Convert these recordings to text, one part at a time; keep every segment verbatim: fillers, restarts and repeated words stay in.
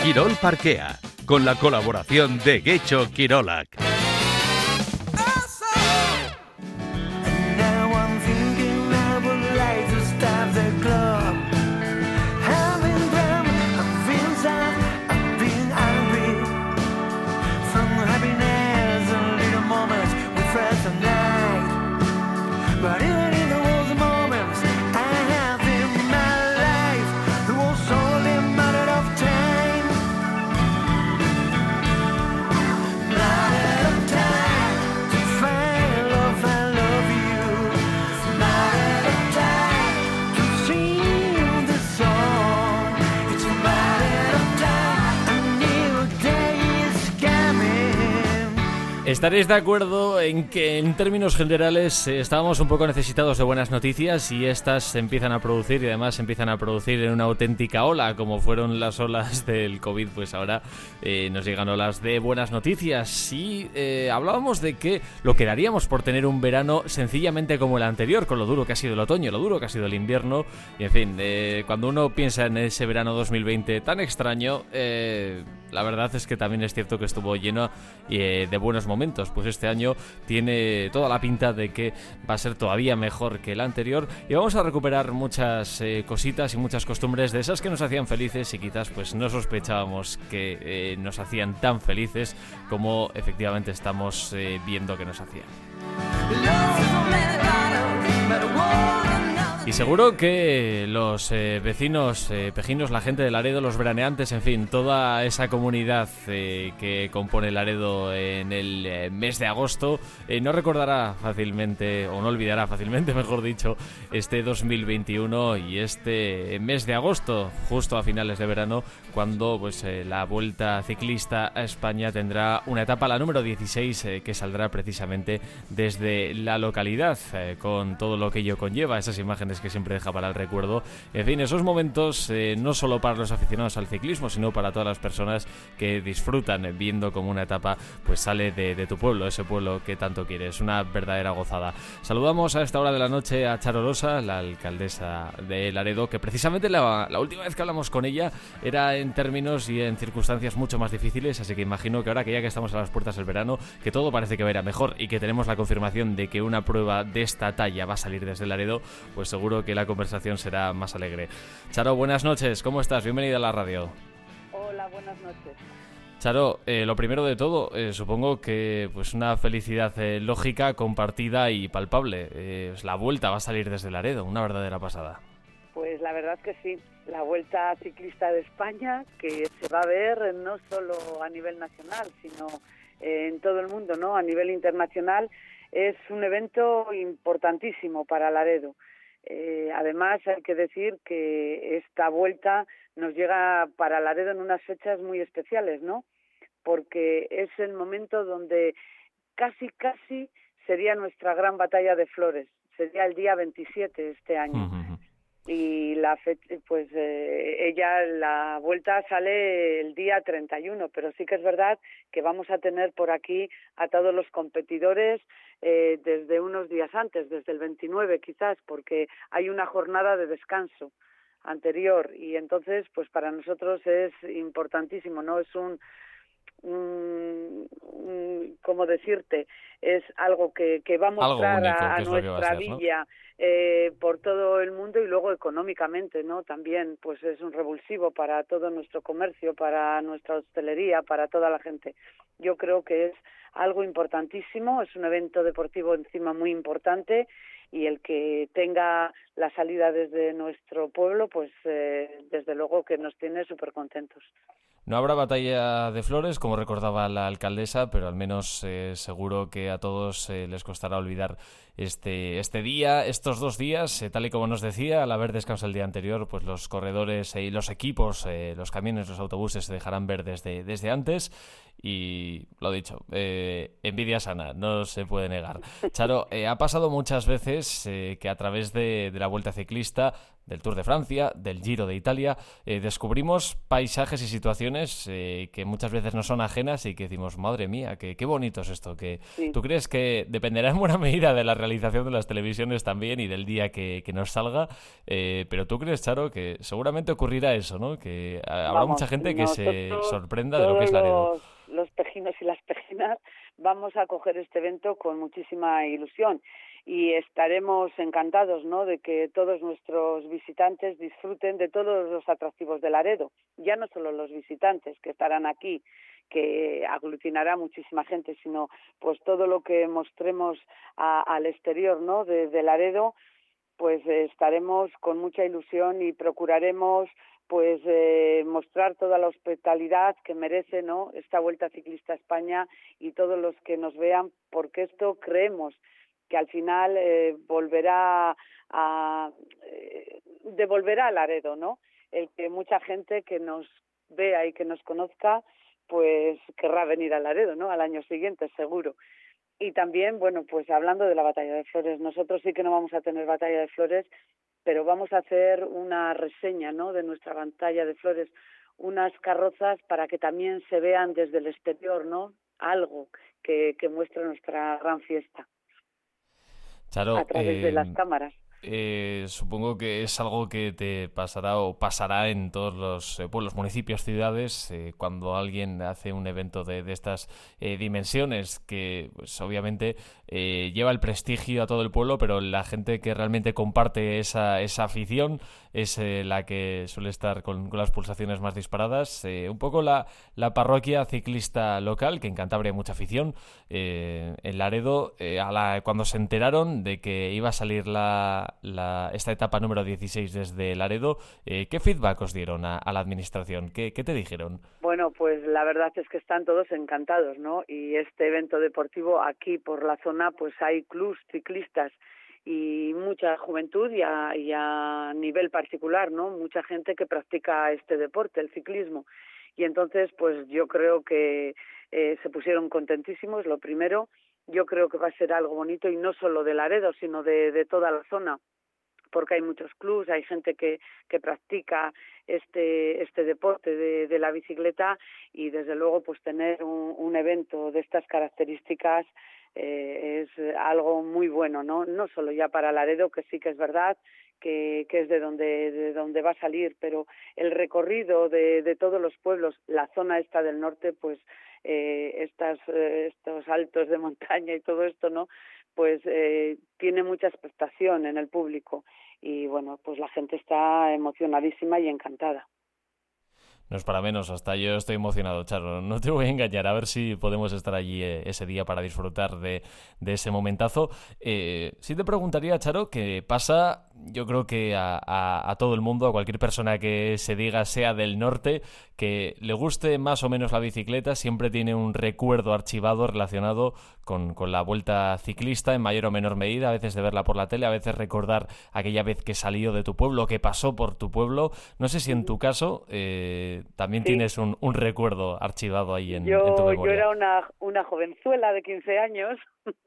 Quirol Parkea, con la colaboración de Getxo Kirolak. Estaréis de acuerdo en que en términos generales eh, estábamos un poco necesitados de buenas noticias y estas se empiezan a producir y además se empiezan a producir en una auténtica ola, como fueron las olas del COVID. Pues ahora eh, nos llegan olas de buenas noticias y eh, hablábamos de que lo que daríamos por tener un verano sencillamente como el anterior, con lo duro que ha sido el otoño, lo duro que ha sido el invierno y en fin, eh, cuando uno piensa en ese verano dos mil veinte tan extraño, eh, la verdad es que también es cierto que estuvo lleno eh, de buenos momentos. Pues este año tiene toda la pinta de que va a ser todavía mejor que el anterior y vamos a recuperar muchas eh, cositas y muchas costumbres de esas que nos hacían felices y quizás pues no sospechábamos que eh, nos hacían tan felices como efectivamente estamos eh, viendo que nos hacían. Y seguro que los eh, vecinos eh, pejinos, la gente de Laredo, los veraneantes, en fin, toda esa comunidad eh, que compone Laredo en el eh, mes de agosto, eh, no recordará fácilmente, o no olvidará fácilmente, mejor dicho, este dos mil veintiuno y este mes de agosto, justo a finales de verano, cuando pues eh, la Vuelta Ciclista a España tendrá una etapa, la número dieciséis, eh, que saldrá precisamente desde la localidad, eh, con todo lo que ello conlleva, esas imágenes que siempre deja para el recuerdo. En fin, esos momentos eh, no solo para los aficionados al ciclismo, sino para todas las personas que disfrutan viendo como una etapa pues sale de, de tu pueblo, ese pueblo que tanto quieres, una verdadera gozada. Saludamos a esta hora de la noche a Charo Rosa, la alcaldesa de Laredo, que precisamente la, la última vez que hablamos con ella era en términos y en circunstancias mucho más difíciles, así que imagino que ahora que ya que estamos a las puertas del verano, que todo parece que va a ir a mejor y que tenemos la confirmación de que una prueba de esta talla va a salir desde Laredo, pues seguro Seguro que la conversación será más alegre. Charo, buenas noches, ¿cómo estás? Bienvenida a la radio. Hola, buenas noches. Charo, eh, lo primero de todo, eh, supongo que pues una felicidad eh, lógica, compartida y palpable. Eh, la Vuelta va a salir desde Laredo, una verdadera pasada. Pues la verdad que sí, la Vuelta Ciclista de España, que se va a ver no solo a nivel nacional, sino eh, en todo el mundo, ¿no? A nivel internacional, es un evento importantísimo para Laredo. Eh, además, hay que decir que esta vuelta nos llega para Laredo en unas fechas muy especiales, ¿no? Porque es el momento donde casi, casi sería nuestra gran batalla de flores. Sería el día veintisiete este año. Uh-huh. Y la fecha, pues eh, ella, la vuelta sale el día treinta y uno, pero sí que es verdad que vamos a tener por aquí a todos los competidores eh, desde unos días antes, desde el veintinueve quizás, porque hay una jornada de descanso anterior y entonces pues para nosotros es importantísimo, ¿no? Es un Mm, mm, ¿cómo decirte? Es algo que, que va a mostrar único, a, a nuestra ser, villa, ¿no? eh, por todo el mundo y luego económicamente, ¿no? También pues es un revulsivo para todo nuestro comercio, para nuestra hostelería, para toda la gente. Yo creo que es algo importantísimo, es un evento deportivo encima muy importante y el que tenga la salida desde nuestro pueblo, pues eh, desde luego que nos tiene súper contentos. No habrá batalla de flores, como recordaba la alcaldesa, pero al menos eh, seguro que a todos eh, les costará olvidar este, este día, estos dos días, eh, tal y como nos decía, al haber descansado el día anterior, pues los corredores y eh, los equipos, eh, los camiones, los autobuses se dejarán ver desde, desde antes y lo dicho, eh, envidia sana, no se puede negar. Charo, eh, ha pasado muchas veces eh, que a través de, de la Vuelta Ciclista, del Tour de Francia, del Giro de Italia, eh, descubrimos paisajes y situaciones eh, que muchas veces no son ajenas y que decimos, madre mía, qué, qué bonito es esto. Que, Sí. ¿Tú crees que dependerá en buena medida de la realización de las televisiones también y del día que, que nos salga? Eh, pero tú crees, Charo, que seguramente ocurrirá eso, ¿no? Que ha- habrá Vamos, mucha gente que se nosotros, sorprenda de lo que todos es Laredo. los, los pejinos y las pejinas, vamos a coger este evento con muchísima ilusión y estaremos encantados, ¿no?, de que todos nuestros visitantes disfruten de todos los atractivos de Laredo. Ya no solo los visitantes que estarán aquí, que aglutinará muchísima gente, sino pues todo lo que mostremos a, al exterior, ¿no?, de, de Laredo, pues eh, estaremos con mucha ilusión y procuraremos pues eh, mostrar toda la hospitalidad que merece, ¿no?, esta Vuelta Ciclista a España y todos los que nos vean, porque esto creemos que al final eh, volverá a eh, devolverá a Laredo, ¿no?, el que mucha gente que nos vea y que nos conozca pues querrá venir a Laredo, ¿no?, al año siguiente seguro. Y también, bueno, pues hablando de la Batalla de Flores, nosotros sí que no vamos a tener Batalla de Flores, pero vamos a hacer una reseña, ¿no?, de nuestra Batalla de Flores, unas carrozas para que también se vean desde el exterior, ¿no?, algo que, que muestra nuestra gran fiesta Charo, a través de eh, las cámaras. eh, supongo que es algo que te pasará o pasará en todos los eh, pueblos, municipios, ciudades, eh, cuando alguien hace un evento de, de estas eh, dimensiones, que pues, obviamente eh, lleva el prestigio a todo el pueblo, pero la gente que realmente comparte esa, esa afición es eh, la que suele estar con, con las pulsaciones más disparadas. Eh, un poco la, la parroquia ciclista local, que en Cantabria hay mucha afición, eh, en Laredo, eh, a la, cuando se enteraron de que iba a salir la, la, esta etapa número dieciséis desde Laredo, eh, ¿qué feedback os dieron a, a la administración? ¿Qué, ¿Qué te dijeron? Bueno, pues la verdad es que están todos encantados, ¿no? Y este evento deportivo aquí por la zona, pues hay clubs ciclistas y mucha juventud y a, y a nivel particular, ¿no?, mucha gente que practica este deporte, el ciclismo. Y entonces, pues yo creo que eh, se pusieron contentísimos, lo primero. Yo creo que va a ser algo bonito y no solo de Laredo, sino de, de toda la zona, porque hay muchos clubs, hay gente que, que practica este este deporte de, de la bicicleta y desde luego pues tener un, un evento de estas características eh, es algo muy bueno, no no solo ya para Laredo, que sí que es verdad que, que es de donde de donde va a salir, pero el recorrido de, de todos los pueblos, la zona esta del norte, pues eh, estas eh, estos altos de montaña y todo esto, ¿no?, pues eh, tiene mucha expectación en el público y bueno, pues la gente está emocionadísima y encantada. No es para menos, hasta yo estoy emocionado, Charo. No te voy a engañar, a ver si podemos estar allí eh, ese día para disfrutar de, de ese momentazo. Eh, sí te preguntaría, Charo, que pasa, yo creo que a, a, a todo el mundo, a cualquier persona que se diga sea del norte, que le guste más o menos la bicicleta, siempre tiene un recuerdo archivado relacionado con, con la Vuelta Ciclista, en mayor o menor medida, a veces de verla por la tele, a veces recordar aquella vez que salió de tu pueblo, que pasó por tu pueblo. No sé si en tu caso eh, también Sí. tienes un, un recuerdo archivado ahí en, yo, en tu yo memoria. era una, una jovenzuela de quince años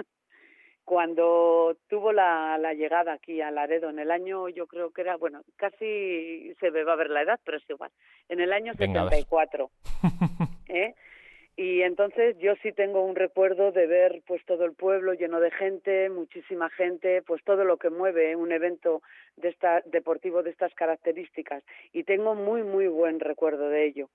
cuando tuvo la, la llegada aquí a Laredo en el año, yo creo que era, bueno, casi se me va a ver la edad, pero es igual, en el año Venga, a ver. setenta y cuatro. ¿eh? Y entonces yo sí tengo un recuerdo de ver pues todo el pueblo lleno de gente, muchísima gente, pues todo lo que mueve un evento de esta, deportivo de estas características. Y tengo muy, muy buen recuerdo de ello.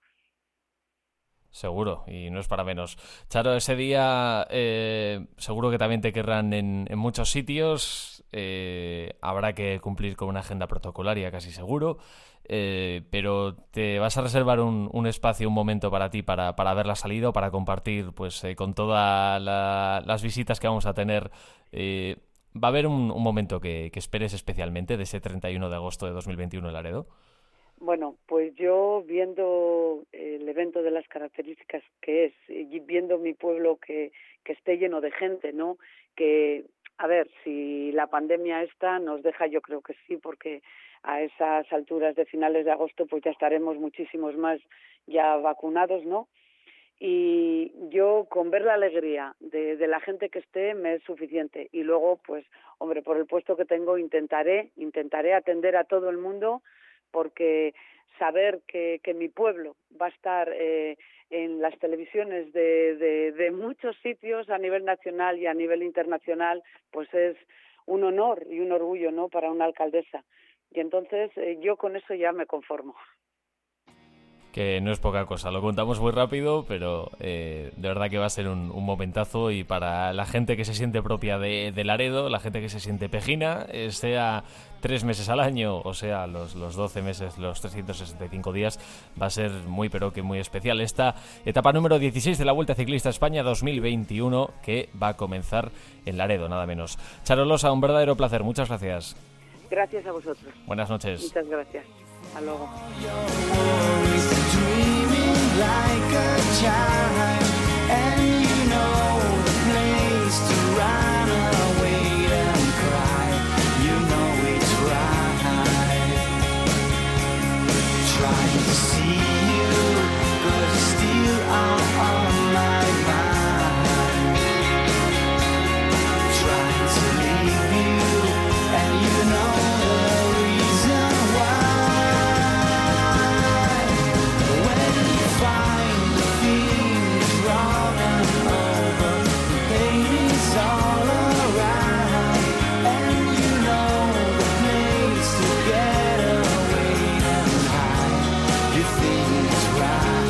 Seguro, y no es para menos. Charo, ese día eh, seguro que también te querrán en, en muchos sitios. Eh, habrá que cumplir con una agenda protocolaria, casi seguro. Eh, pero te vas a reservar un, un espacio, un momento para ti, para, para ver la salida o para compartir pues eh, con todas la, las visitas que vamos a tener. Eh, ¿Va a haber un, un momento que, que esperes especialmente de ese treinta y uno de agosto de dos mil veintiuno en Laredo? Bueno, pues yo viendo el evento de las características que es, y viendo mi pueblo que, que esté lleno de gente, ¿no? Que, a ver, si la pandemia esta nos deja, yo creo que sí, porque a esas alturas de finales de agosto pues ya estaremos muchísimos más ya vacunados, ¿no? y yo con ver la alegría de, de la gente que esté me es suficiente. Y luego, pues, hombre, por el puesto que tengo intentaré, intentaré atender a todo el mundo, porque saber que, que mi pueblo va a estar eh, en las televisiones de, de, de muchos sitios a nivel nacional y a nivel internacional, pues es un honor y un orgullo, ¿no?, para una alcaldesa. Y entonces eh, yo con eso ya me conformo. Que no es poca cosa, lo contamos muy rápido, pero eh, de verdad que va a ser un, un momentazo, y para la gente que se siente propia de, de Laredo, la gente que se siente pejina, eh, sea tres meses al año o sea los, los doce meses, los trescientos sesenta y cinco días, va a ser muy pero que muy especial esta etapa número dieciséis de la Vuelta Ciclista España dos mil veintiuno, que va a comenzar en Laredo, nada menos. Charo Losa, un verdadero placer, muchas gracias. Gracias a vosotros. Buenas noches. Muchas gracias. Hasta luego. Like a child, and you know the place to run away and cry. You know it's right. Trying to see you, but still I'm on my mind. Trying to leave you, and you know the reason why. Find the things wrong and over, the pain is all around, and you know the place to get away and hide. You think it's right.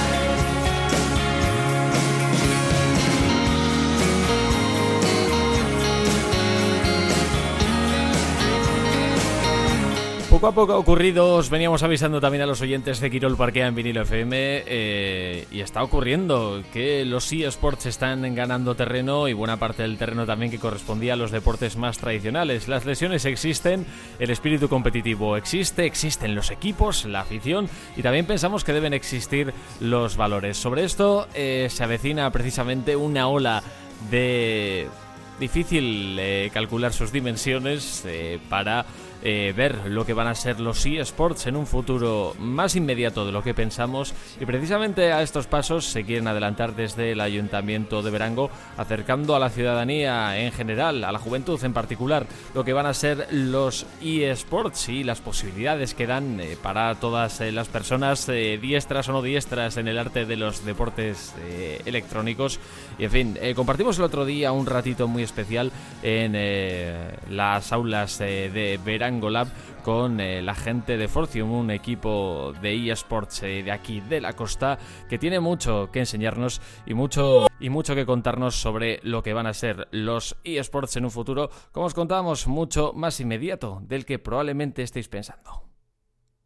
Poco a poco ha ocurrido, os veníamos avisando también a los oyentes de Quirol Parquea en Vinilo F M, eh, y está ocurriendo que los eSports están ganando terreno, y buena parte del terreno también que correspondía a los deportes más tradicionales. Las lesiones existen, el espíritu competitivo existe, existen los equipos, la afición, y también pensamos que deben existir los valores. Sobre esto eh, se avecina precisamente una ola de... difícil eh, calcular sus dimensiones eh, para eh, ver lo que van a ser los eSports en un futuro más inmediato de lo que pensamos, y precisamente a estos pasos se quieren adelantar desde el Ayuntamiento de Verango, acercando a la ciudadanía en general, a la juventud en particular, lo que van a ser los eSports y las posibilidades que dan eh, para todas eh, las personas eh, diestras o no diestras en el arte de los deportes eh, electrónicos. Y en fin, eh, compartimos el otro día un ratito muy especial en eh, las aulas eh, de Verango Lab con eh, la gente de Fortium, un equipo de eSports eh, de aquí de la costa, que tiene mucho que enseñarnos y mucho y mucho que contarnos sobre lo que van a ser los eSports en un futuro, como os contábamos, mucho más inmediato del que probablemente estéis pensando.